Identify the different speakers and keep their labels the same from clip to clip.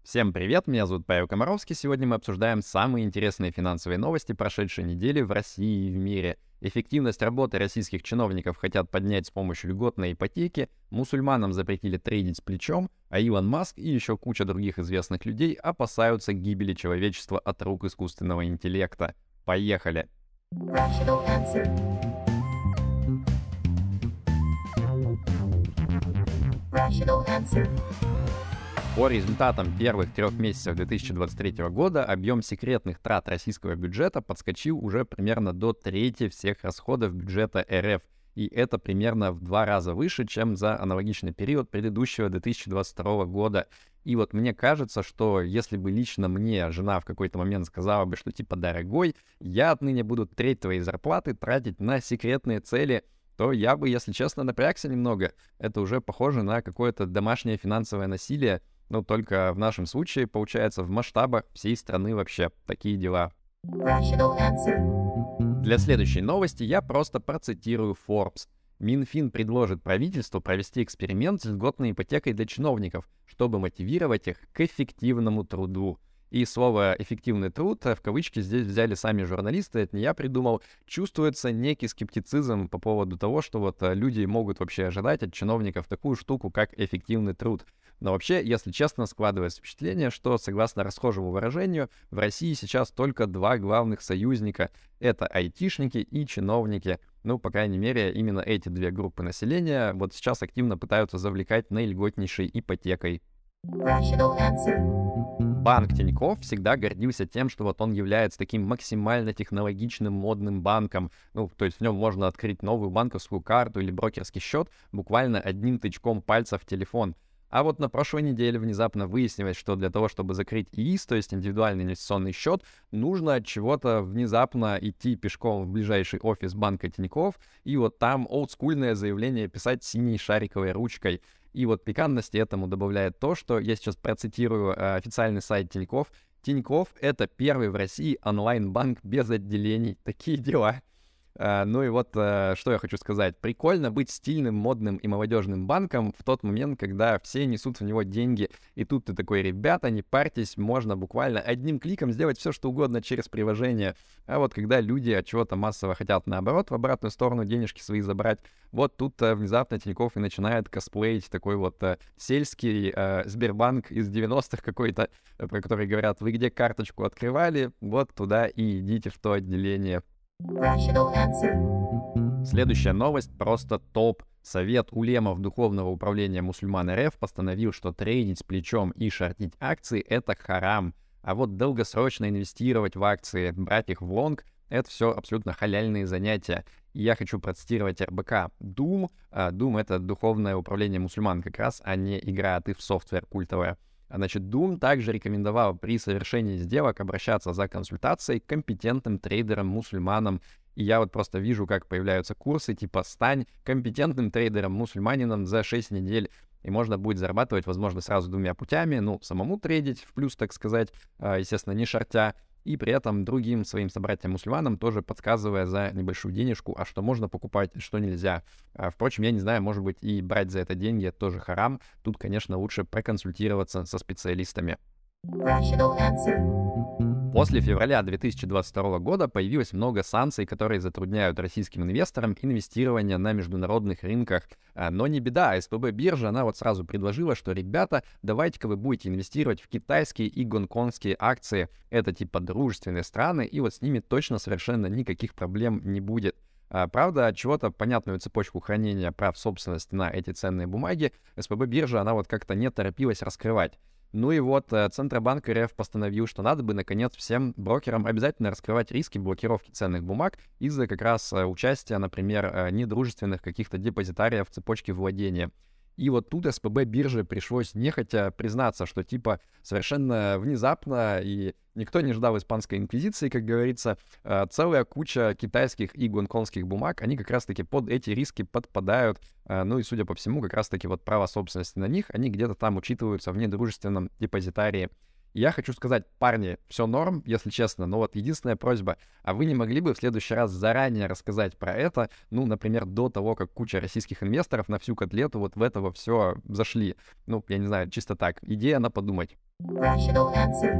Speaker 1: Всем привет, меня зовут Павел Комаровский. Сегодня мы обсуждаем самые интересные финансовые новости прошедшей недели в России и в мире. Эффективность работы российских чиновников хотят поднять с помощью льготной ипотеки, мусульманам запретили трейдить с плечом, а Илон Маск и еще куча других известных людей опасаются гибели человечества от рук искусственного интеллекта. Поехали!
Speaker 2: Rational answer. Rational answer.
Speaker 1: По результатам первых 3 месяцев 2023 года объем секретных трат российского бюджета подскочил уже примерно до трети всех расходов бюджета РФ. И это примерно в 2 раза выше, чем за аналогичный период предыдущего 2022 года. И вот мне кажется, что если бы лично мне жена в какой-то момент сказала бы, что типа «дорогой, я отныне буду треть твоей зарплаты тратить на секретные цели», то я бы, если честно, напрягся немного. Это уже похоже на какое-то домашнее финансовое насилие, но только в нашем случае, получается, в масштабах всей страны вообще такие дела.
Speaker 2: Rational answer.
Speaker 1: Для следующей новости я просто процитирую Forbes. Минфин предложит правительству провести эксперимент с льготной ипотекой для чиновников, чтобы мотивировать их к эффективному труду. И слово «эффективный труд» в кавычки здесь взяли сами журналисты, это не я придумал. Чувствуется некий скептицизм по поводу того, что вот люди могут вообще ожидать от чиновников такую штуку, как эффективный труд. Но вообще, если честно, складывается впечатление, что, согласно расхожему выражению, в России сейчас только 2 главных союзника. Это айтишники и чиновники. Ну, по крайней мере, именно эти 2 группы населения вот сейчас активно пытаются завлекать наильготнейшей ипотекой.
Speaker 2: Rational answer.
Speaker 1: Банк Тинькофф всегда гордился тем, что вот он является таким максимально технологичным модным банком. Ну, то есть в нем можно открыть новую банковскую карту или брокерский счет буквально одним тычком пальца в телефон. А вот на прошлой неделе внезапно выяснилось, что для того, чтобы закрыть ИИС, то есть индивидуальный инвестиционный счет, нужно от чего-то внезапно идти пешком в ближайший офис банка Тинькофф и вот там олдскульное заявление писать синей шариковой ручкой. И вот пикантности этому добавляет то, что я сейчас процитирую официальный сайт Тинькофф. Тинькофф — это первый в России онлайн-банк без отделений. Такие дела. Ну и вот, что я хочу сказать. Прикольно быть стильным, модным и молодежным банком в тот момент, когда все несут в него деньги. И тут ты такой: ребята, не парьтесь, можно буквально одним кликом сделать все, что угодно через приложение. А вот когда люди от чего-то массово хотят, наоборот, в обратную сторону денежки свои забрать, вот тут внезапно Тинькофф и начинает косплеить такой вот сельский Сбербанк из 90-х какой-то, про который говорят: вы где карточку открывали, вот туда и идите в то отделение.
Speaker 2: Rational answer.
Speaker 1: Следующая новость просто топ. Совет улемов Духовного управления мусульман РФ постановил, что трейдить с плечом и шортить акции — это харам. А вот долгосрочно инвестировать в акции, брать их в лонг — это все абсолютно халяльные занятия. И я хочу процитировать РБК Doom. Doom — это Духовное управление мусульман как раз, а не игра от if Software культовая. Значит, Doom также рекомендовал при совершении сделок обращаться за консультацией к компетентным трейдерам-мусульманам. И я вот просто вижу, как появляются курсы типа «Стань компетентным трейдером-мусульманином за 6 недель». И можно будет зарабатывать, возможно, сразу 2 путями. Ну, самому трейдить в плюс, так сказать, естественно, не шортя. И при этом другим своим собратьям-мусульманам тоже подсказывая за небольшую денежку, а что можно покупать, что нельзя. Впрочем, я не знаю, может быть, и брать за это деньги — это тоже харам. Тут, конечно, лучше проконсультироваться со специалистами.
Speaker 2: Rational answer.
Speaker 1: После февраля 2022 года появилось много санкций, которые затрудняют российским инвесторам инвестирование на международных рынках. Но не беда, СПБ биржа, она вот сразу предложила, что, ребята, давайте-ка вы будете инвестировать в китайские и гонконгские акции. Это типа дружественные страны, и вот с ними точно совершенно никаких проблем не будет. Правда, от чего-то понятную цепочку хранения прав собственности на эти ценные бумаги СПБ биржа, она вот как-то не торопилась раскрывать. Ну и вот Центробанк РФ постановил, что надо бы, наконец, всем брокерам обязательно раскрывать риски блокировки ценных бумаг из-за как раз участия, например, недружественных каких-то депозитариев в цепочке владения. И вот тут СПБ бирже пришлось нехотя признаться, что типа совершенно внезапно, и никто не ждал испанской инквизиции, как говорится, целая куча китайских и гонконгских бумаг, они как раз-таки под эти риски подпадают. Ну и, судя по всему, как раз-таки вот права собственности на них, они где-то там учитываются в недружественном депозитарии. И я хочу сказать, парни, все норм, если честно, но вот единственная просьба, а вы не могли бы в следующий раз заранее рассказать про это, ну, например, до того, как куча российских инвесторов на всю котлету вот в этого все зашли? Ну, я не знаю, чисто так, идея на подумать.
Speaker 2: Rational answer.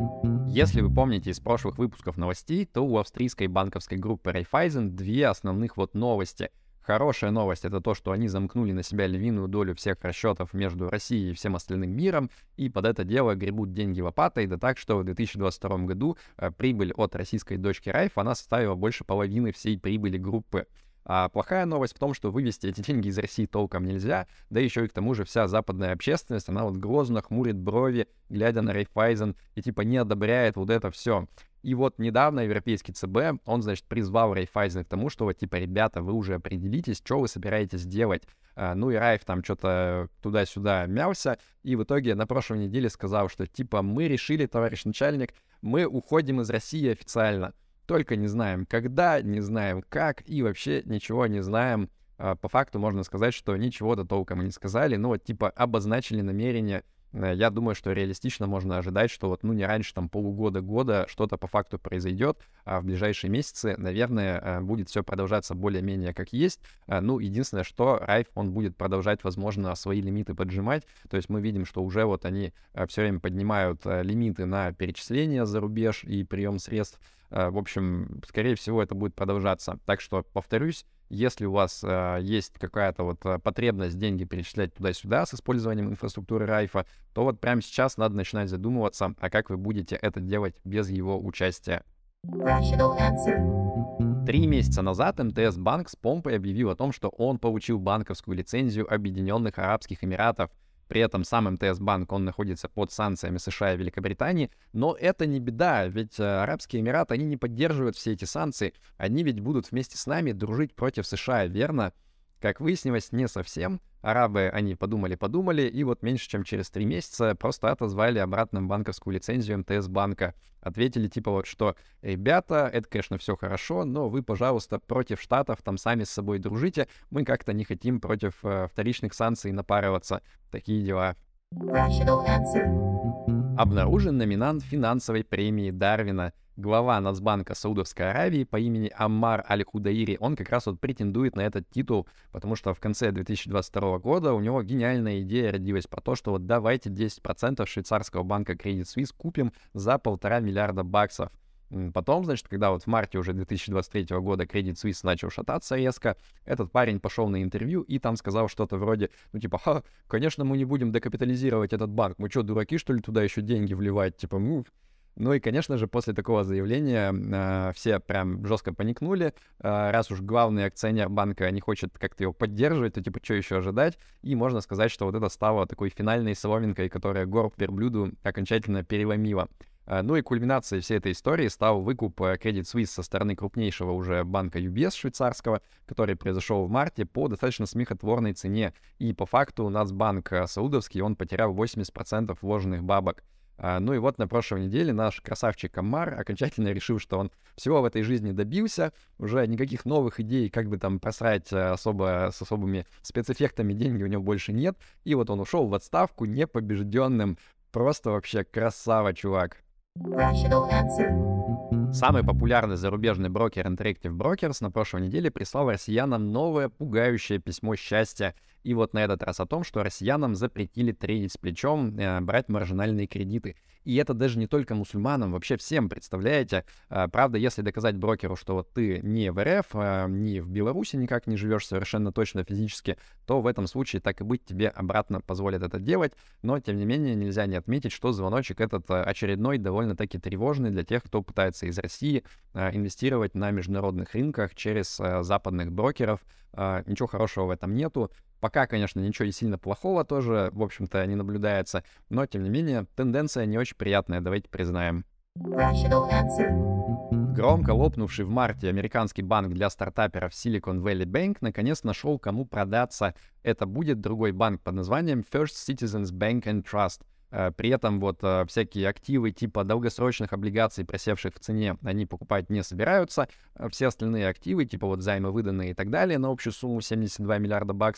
Speaker 1: Если вы помните из прошлых выпусков новостей, то у австрийской банковской группы Raiffeisen две основных вот новости. Хорошая новость — это то, что они замкнули на себя львиную долю всех расчетов между Россией и всем остальным миром, и под это дело гребут деньги лопатой, да так, что в 2022 году прибыль от российской дочки Райф, она составила больше половины всей прибыли группы. А плохая новость в том, что вывести эти деньги из России толком нельзя, да еще и к тому же вся западная общественность, она вот грозно хмурит брови, глядя на Райффайзен, и типа не одобряет вот это все. И вот недавно европейский ЦБ, он, значит, призвал Райффайзен к тому, что вот типа, ребята, вы уже определитесь, что вы собираетесь делать. Ну и Райф там что-то туда-сюда мялся, и в итоге на прошлой неделе сказал, что типа мы решили, товарищ начальник, мы уходим из России официально. Только не знаем когда, не знаем как и вообще ничего не знаем. По факту можно сказать, что ничего-то толком не сказали, но вот типа обозначили намерение. Я думаю, что реалистично можно ожидать, что вот, ну, не раньше там полугода-года что-то по факту произойдет, а в ближайшие месяцы, наверное, будет все продолжаться более-менее как есть. Ну, единственное, что Райф, он будет продолжать, возможно, свои лимиты поджимать. То есть мы видим, что уже вот они все время поднимают лимиты на перечисления за рубеж и прием средств. В общем, скорее всего, это будет продолжаться. Так что, повторюсь, если у вас есть какая-то вот потребность деньги перечислять туда-сюда с использованием инфраструктуры Райфа, то вот прямо сейчас надо начинать задумываться, а как вы будете это делать без его участия.
Speaker 2: Rational answer.
Speaker 1: 3 месяца назад МТС Банк с помпой объявил о том, что он получил банковскую лицензию Объединенных Арабских Эмиратов. При этом сам МТС Банк, он находится под санкциями США и Великобритании, но это не беда, ведь Арабские Эмираты, они не поддерживают все эти санкции, они ведь будут вместе с нами дружить против США, верно? Как выяснилось, не совсем. Арабы, они подумали, и вот меньше чем через 3 месяца просто отозвали обратно банковскую лицензию МТС Банка. Ответили типа вот что, ребята, это, конечно, все хорошо, но вы, пожалуйста, против Штатов там сами с собой дружите, мы как-то не хотим против вторичных санкций напарываться. Такие дела.
Speaker 2: Rational answer.
Speaker 1: Обнаружен номинант финансовой премии Дарвина. Глава Нацбанка Саудовской Аравии по имени Аммар Аль-Худаири, он как раз вот претендует на этот титул, потому что в конце 2022 года у него гениальная идея родилась про то, что вот давайте 10% швейцарского банка Credit Suisse купим за $1,5 миллиарда баксов. Потом, значит, когда вот в марте уже 2023 года Credit Suisse начал шататься резко, этот парень пошел на интервью и там сказал что-то вроде, ну типа, конечно, мы не будем декапитализировать этот банк, мы что, дураки, что ли, туда еще деньги вливать, типа, Ну и, конечно же, после такого заявления все прям жестко паникнули. Раз уж главный акционер банка не хочет как-то его поддерживать, то типа что еще ожидать? И можно сказать, что вот это стало такой финальной соломинкой, которая горб верблюду окончательно переломила. Ну и кульминацией всей этой истории стал выкуп Credit Suisse со стороны крупнейшего уже банка UBS швейцарского, который произошел в марте по достаточно смехотворной цене. И по факту Нацбанк саудовский, он потерял 80% вложенных бабок. Ну и вот на прошлой неделе наш красавчик Аммар окончательно решил, что он всего в этой жизни добился, уже никаких новых идей, как бы там просрать особо с особыми спецэффектами деньги у него больше нет, и вот он ушел в отставку непобежденным. Просто вообще красава, чувак.
Speaker 2: Rational answer.
Speaker 1: Самый популярный зарубежный брокер Interactive Brokers на прошлой неделе прислал россиянам новое пугающее письмо счастья. И вот на этот раз о том, что россиянам запретили трейдить с плечом, брать маржинальные кредиты. И это даже не только мусульманам, вообще всем, представляете? Правда, если доказать брокеру, что вот ты не в РФ, не в Беларуси никак не живешь совершенно точно физически, то в этом случае, так и быть, тебе обратно позволят это делать. Но, тем не менее, нельзя не отметить, что звоночек этот очередной довольно-таки тревожный для тех, кто пытается из России инвестировать на международных рынках через западных брокеров. Ничего хорошего в этом нету. Пока, конечно, ничего и сильно плохого тоже, в общем-то, не наблюдается, но, тем не менее, тенденция не очень приятная, давайте признаем.
Speaker 2: Rational answer.
Speaker 1: Громко лопнувший в марте американский банк для стартаперов Silicon Valley Bank наконец нашел, кому продаться. Это будет другой банк под названием First Citizens Bank and Trust. При этом вот всякие активы типа долгосрочных облигаций, просевших в цене, они покупать не собираются. Все остальные активы, типа вот займы выданные и так далее, на общую сумму 72 миллиарда баксов,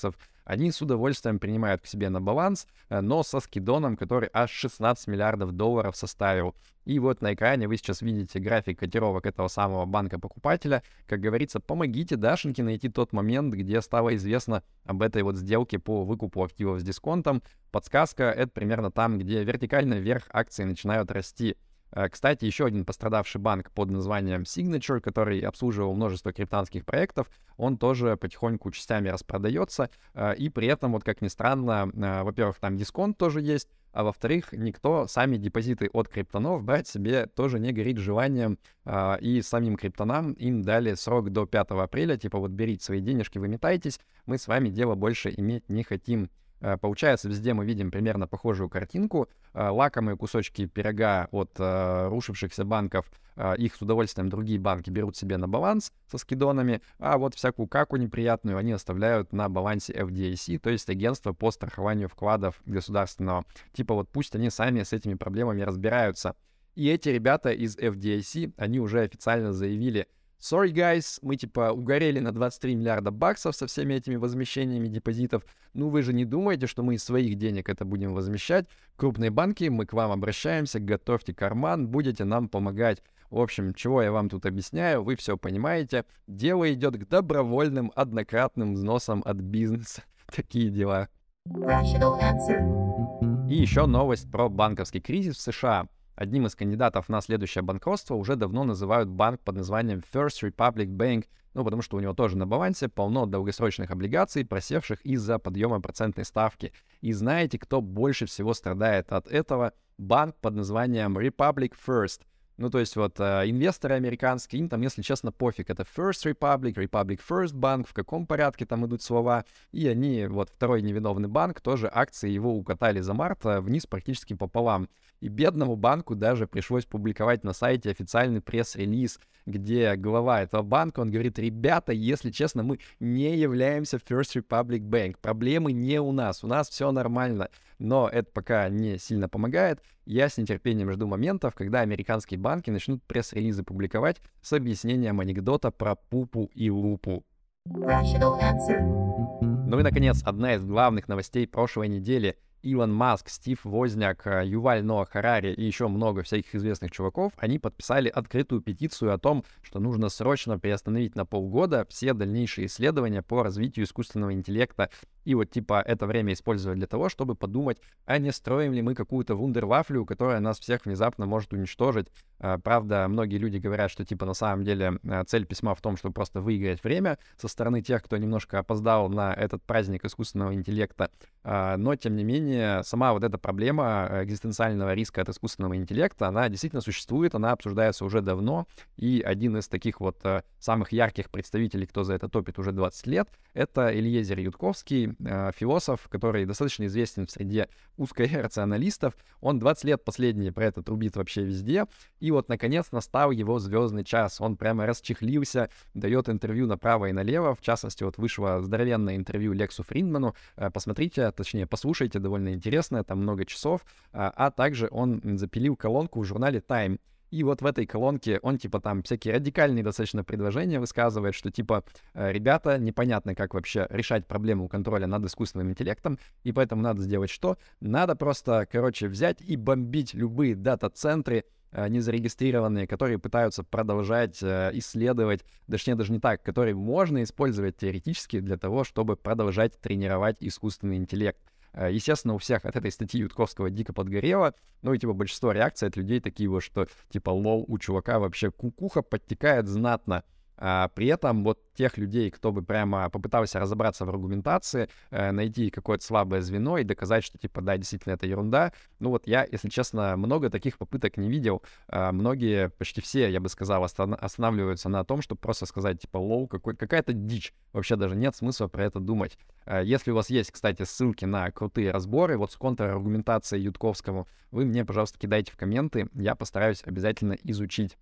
Speaker 1: они с удовольствием принимают к себе на баланс, но со скидоном, который аж 16 миллиардов долларов составил. И вот на экране вы сейчас видите график котировок этого самого банка-покупателя. Как говорится, помогите Дашеньке найти тот момент, где стало известно об этой вот сделке по выкупу активов с дисконтом. Подсказка — это примерно там, где вертикально вверх акции начинают расти. Кстати, еще один пострадавший банк под названием Signature, который обслуживал множество криптанских проектов, он тоже потихоньку частями распродается, и при этом, вот как ни странно, во-первых, там дисконт тоже есть, а во-вторых, никто сами депозиты от криптонов брать себе тоже не горит желанием, и самим криптонам им дали срок до 5 апреля, типа вот берите свои денежки, выметайтесь, мы с вами дело больше иметь не хотим. Получается, везде мы видим примерно похожую картинку. Лакомые кусочки пирога от рушившихся банков, их с удовольствием другие банки берут себе на баланс со скидонами, а вот всякую каку неприятную они оставляют на балансе FDIC, то есть агентство по страхованию вкладов государственного. Типа вот пусть они сами с этими проблемами разбираются. И эти ребята из FDIC, они уже официально заявили: sorry, guys, мы типа угорели на 23 миллиарда баксов со всеми этими возмещениями депозитов. Ну вы же не думаете, что мы из своих денег это будем возмещать? Крупные банки, мы к вам обращаемся, готовьте карман, будете нам помогать. В общем, чего я вам тут объясняю, вы все понимаете. Дело идет к добровольным однократным взносам от бизнеса. Такие дела.
Speaker 2: Rational answer.
Speaker 1: И еще новость про банковский кризис в США. Одним из кандидатов на следующее банкротство уже давно называют банк под названием First Republic Bank, ну, потому что у него тоже на балансе полно долгосрочных облигаций, просевших из-за подъема процентной ставки. И знаете, кто больше всего страдает от этого? Банк под названием Republic First. Ну, то есть вот инвесторы американские, им там, если честно, пофиг. Это First Republic, Republic First Bank, в каком порядке там идут слова. И они, вот второй невиновный банк, тоже акции его укатали за март вниз практически пополам. И бедному банку даже пришлось публиковать на сайте официальный пресс-релиз, где глава этого банка, он говорит: ребята, если честно, мы не являемся First Republic Bank, проблемы не у нас все нормально. Но это пока не сильно помогает. Я с нетерпением жду моментов, когда американские банки начнут пресс-релизы публиковать с объяснением анекдота про пупу и лупу.
Speaker 2: Rational answer.
Speaker 1: Ну и, наконец, одна из главных новостей прошлой недели. Илон Маск, Стив Возняк, Юваль Ноа Харари и еще много всяких известных чуваков, они подписали открытую петицию о том, что нужно срочно приостановить на полгода все дальнейшие исследования по развитию искусственного интеллекта. И вот типа это время использовать для того, чтобы подумать, а не строим ли мы какую-то вундервафлю, которая нас всех внезапно может уничтожить. Правда, многие люди говорят, что типа на самом деле цель письма в том, чтобы просто выиграть время со стороны тех, кто немножко опоздал на этот праздник искусственного интеллекта. Но, тем не менее, сама вот эта проблема экзистенциального риска от искусственного интеллекта, она действительно существует, она обсуждается уже давно, и один из таких вот самых ярких представителей, кто за это топит уже 20 лет, это Элиезер Ютковский, философ, который достаточно известен в среде узкорационалистов. Он 20 лет последние про это трубит вообще везде, и вот, наконец, настал его звездный час. Он прямо расчехлился, дает интервью направо и налево. В частности, вот вышло здоровенное интервью Лексу Фриндману. Посмотрите, точнее, послушайте, довольно интересно, там много часов. А также он запилил колонку в журнале Time. И вот в этой колонке он, типа, там всякие радикальные достаточно предложения высказывает, что, типа, ребята, непонятно, как вообще решать проблему контроля над искусственным интеллектом, и поэтому надо сделать что? Надо просто, короче, взять и бомбить любые дата-центры, незарегистрированные, которые пытаются продолжать исследовать, точнее, даже не так, которые можно использовать теоретически для того, чтобы продолжать тренировать искусственный интеллект. Естественно, у всех от этой статьи Ютковского дико подгорело, ну и типа большинство реакций от людей такие вот, что типа лол, у чувака вообще кукуха подтекает знатно. При этом вот тех людей, кто бы прямо попытался разобраться в аргументации, найти какое-то слабое звено и доказать, что типа да, действительно это ерунда, ну вот я, если честно, много таких попыток не видел. Многие, почти все, я бы сказал, останавливаются на том, чтобы просто сказать типа лол, какая-то дичь. Вообще даже нет смысла про это думать. Если у вас есть, кстати, ссылки на крутые разборы, вот с контраргументацией Ютковскому, вы мне, пожалуйста, кидайте в комменты, я постараюсь обязательно изучить.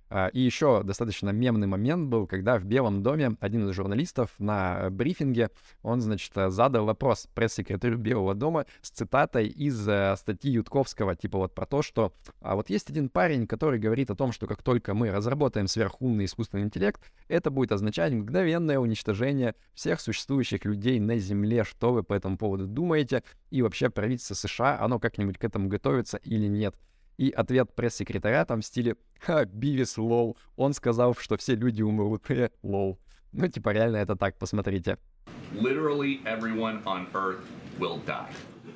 Speaker 1: И еще достаточно мемный момент был, когда в Белом доме один из журналистов на брифинге, он, значит, задал вопрос пресс-секретарю Белого дома с цитатой из статьи Ютковского, типа вот про то, что вот есть один парень, который говорит о том, что как только мы разработаем сверхумный искусственный интеллект, это будет означать мгновенное уничтожение всех существующих людей на Земле. Что вы по этому поводу думаете? И вообще правительство США, оно как-нибудь к этому готовится или нет? И ответ пресс-секретаря там в стиле «Ха, Бивис, лол». Он сказал, что все люди умрут, лол. Ну, типа, реально это так, посмотрите.
Speaker 3: Literally everyone on Earth will die.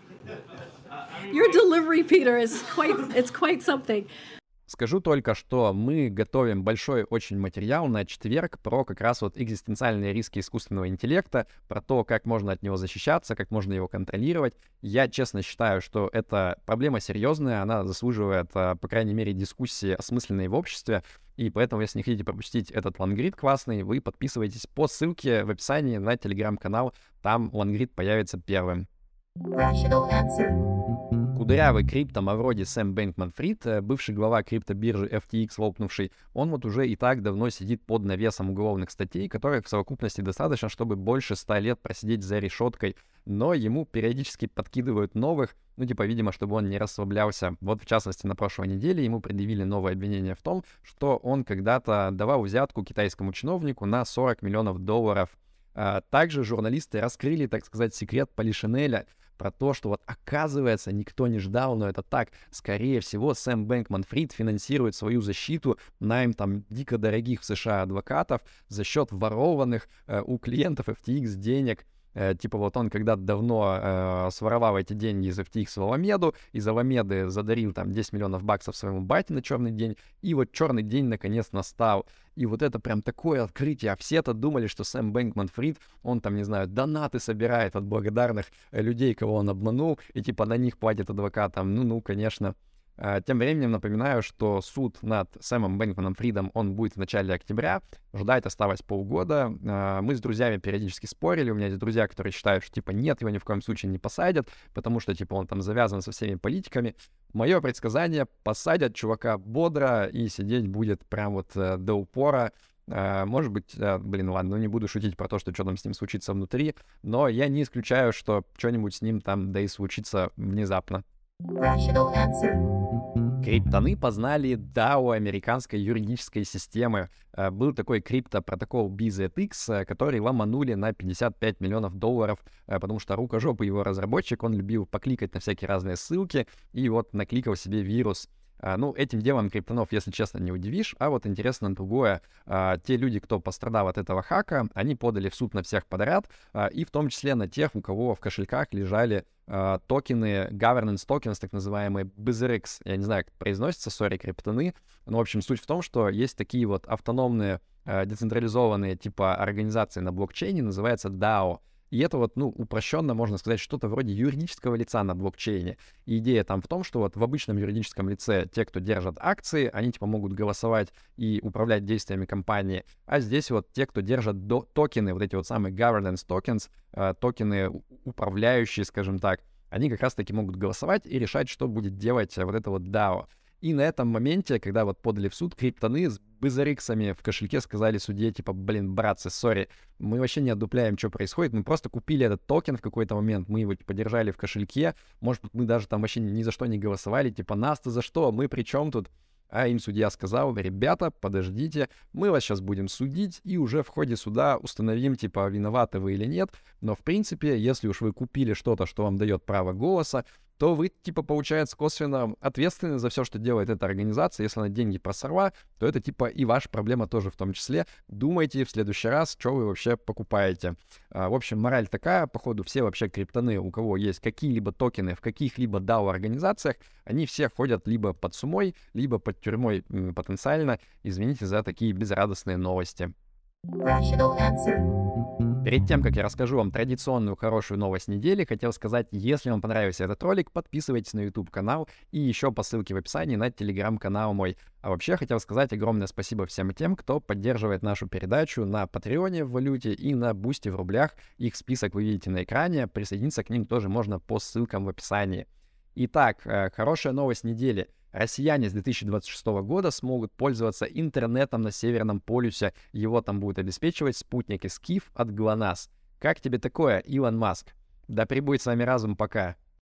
Speaker 4: Your delivery, Peter, is quite something.
Speaker 1: Скажу только, что мы готовим большой очень материал на четверг про как раз вот экзистенциальные риски искусственного интеллекта, про то, как можно от него защищаться, как можно его контролировать. Я честно считаю, что эта проблема серьезная, она заслуживает, по крайней мере, дискуссии осмысленной в обществе. И поэтому, если не хотите пропустить этот лонгрид классный, вы подписывайтесь по ссылке в описании на телеграм-канал, там лонгрид появится первым.
Speaker 2: Rational answer.
Speaker 1: Кудрявый криптомавроди Сэм Бэнкман-Фрид, бывший глава криптобиржи FTX, лопнувший, он вот уже и так давно сидит под навесом уголовных статей, которых в совокупности достаточно, чтобы больше 100 лет просидеть за решеткой. Но ему периодически подкидывают новых, ну типа, видимо, чтобы он не расслаблялся. Вот в частности, на прошлой неделе ему предъявили новое обвинение в том, что он когда-то давал взятку китайскому чиновнику на $40 миллионов. Также журналисты раскрыли, так сказать, секрет Полишинеля, про то, что вот оказывается никто не ждал, но это так. Скорее всего, Сэм Бэнкман-Фрид финансирует свою защиту, найм там дико дорогих в США адвокатов за счет ворованных у клиентов FTX денег. Типа вот он когда-то давно своровал эти деньги из FTX в Аламеду, из Аламеды задарил там $10 миллионов своему бате на черный день, и вот черный день наконец настал. И вот это прям такое открытие. А все-то думали, что Сэм Бэнкман-Фрид, он там, не знаю, донаты собирает от благодарных людей, кого он обманул, и типа на них платит адвокатам. Ну, конечно. Тем временем напоминаю, что суд над Сэмом Бэнкманом-Фридом, он будет в начале октября. Ждать осталось полгода. Мы с друзьями периодически спорили. У меня есть друзья, которые считают, что типа нет, его ни в коем случае не посадят, потому что типа он там завязан со всеми политиками. Мое предсказание: посадят чувака бодро и сидеть будет прям вот до упора. Может быть, ладно, не буду шутить про то, что там с ним случится внутри, но я не исключаю, что что-нибудь с ним там да и случится внезапно.
Speaker 2: Rational answer.
Speaker 1: Криптоны познали DAO американской юридической системы. Был такой криптопротокол BZX, который ломанули на $55 миллионов, потому что рукожопый его разработчик, он любил покликать на всякие разные ссылки и вот накликал себе вирус. Ну, этим делом криптонов, если честно, не удивишь. А вот интересно другое. Те люди, кто пострадал от этого хака, они подали в суд на всех подряд, и в том числе на тех, у кого в кошельках лежали токены, governance tokens, так называемые BZRX. Я не знаю, как произносится, сори, криптоны. Но, в общем, суть в том, что есть такие вот автономные, децентрализованные типа организации на блокчейне, называется DAO. И это вот, упрощенно можно сказать, что-то вроде юридического лица на блокчейне. И идея там в том, что вот в обычном юридическом лице те, кто держат акции, они типа могут голосовать и управлять действиями компании. А здесь вот те, кто держат токены, вот эти вот самые governance tokens, токены управляющие, скажем так, они как раз-таки могут голосовать и решать, что будет делать вот это вот DAO. И на этом моменте, когда вот подали в суд, криптоны с BZRX-ами в кошельке сказали судье, типа, братцы, сори, мы вообще не отдупляем, что происходит, мы просто купили этот токен в какой-то момент, мы его, подержали в кошельке, может быть, мы даже там вообще ни за что не голосовали, типа, нас-то за что, мы при чем тут? А им судья сказал: ребята, подождите, мы вас сейчас будем судить, и уже в ходе суда установим, типа, виноваты вы или нет. Но, в принципе, если уж вы купили что-то, что вам дает право голоса, то вы, типа, получается, косвенно ответственны за все, что делает эта организация. Если она деньги просорва, то это, типа, и ваша проблема тоже в том числе. Думайте в следующий раз, что вы вообще покупаете. В общем, мораль такая, походу, все вообще криптоны, у кого есть какие-либо токены в каких-либо DAO-организациях, они все ходят либо под сумой, либо под тюрьмой потенциально. Извините за такие безрадостные новости.
Speaker 2: Rational answer.
Speaker 1: Перед тем, как я расскажу вам традиционную хорошую новость недели, хотел сказать, если вам понравился этот ролик, подписывайтесь на YouTube-канал и еще по ссылке в описании на Telegram-канал мой. А вообще хотел сказать огромное спасибо всем тем, кто поддерживает нашу передачу на Патреоне в валюте и на Бусти в рублях. Их список вы видите на экране, присоединиться к ним тоже можно по ссылкам в описании. Итак, хорошая новость недели. Россияне с 2026 года смогут пользоваться интернетом на Северном полюсе. Его там будет обеспечивать спутник Скиф от ГЛОНАСС. Как тебе такое, Илон Маск? Да пребудет с вами разум, пока.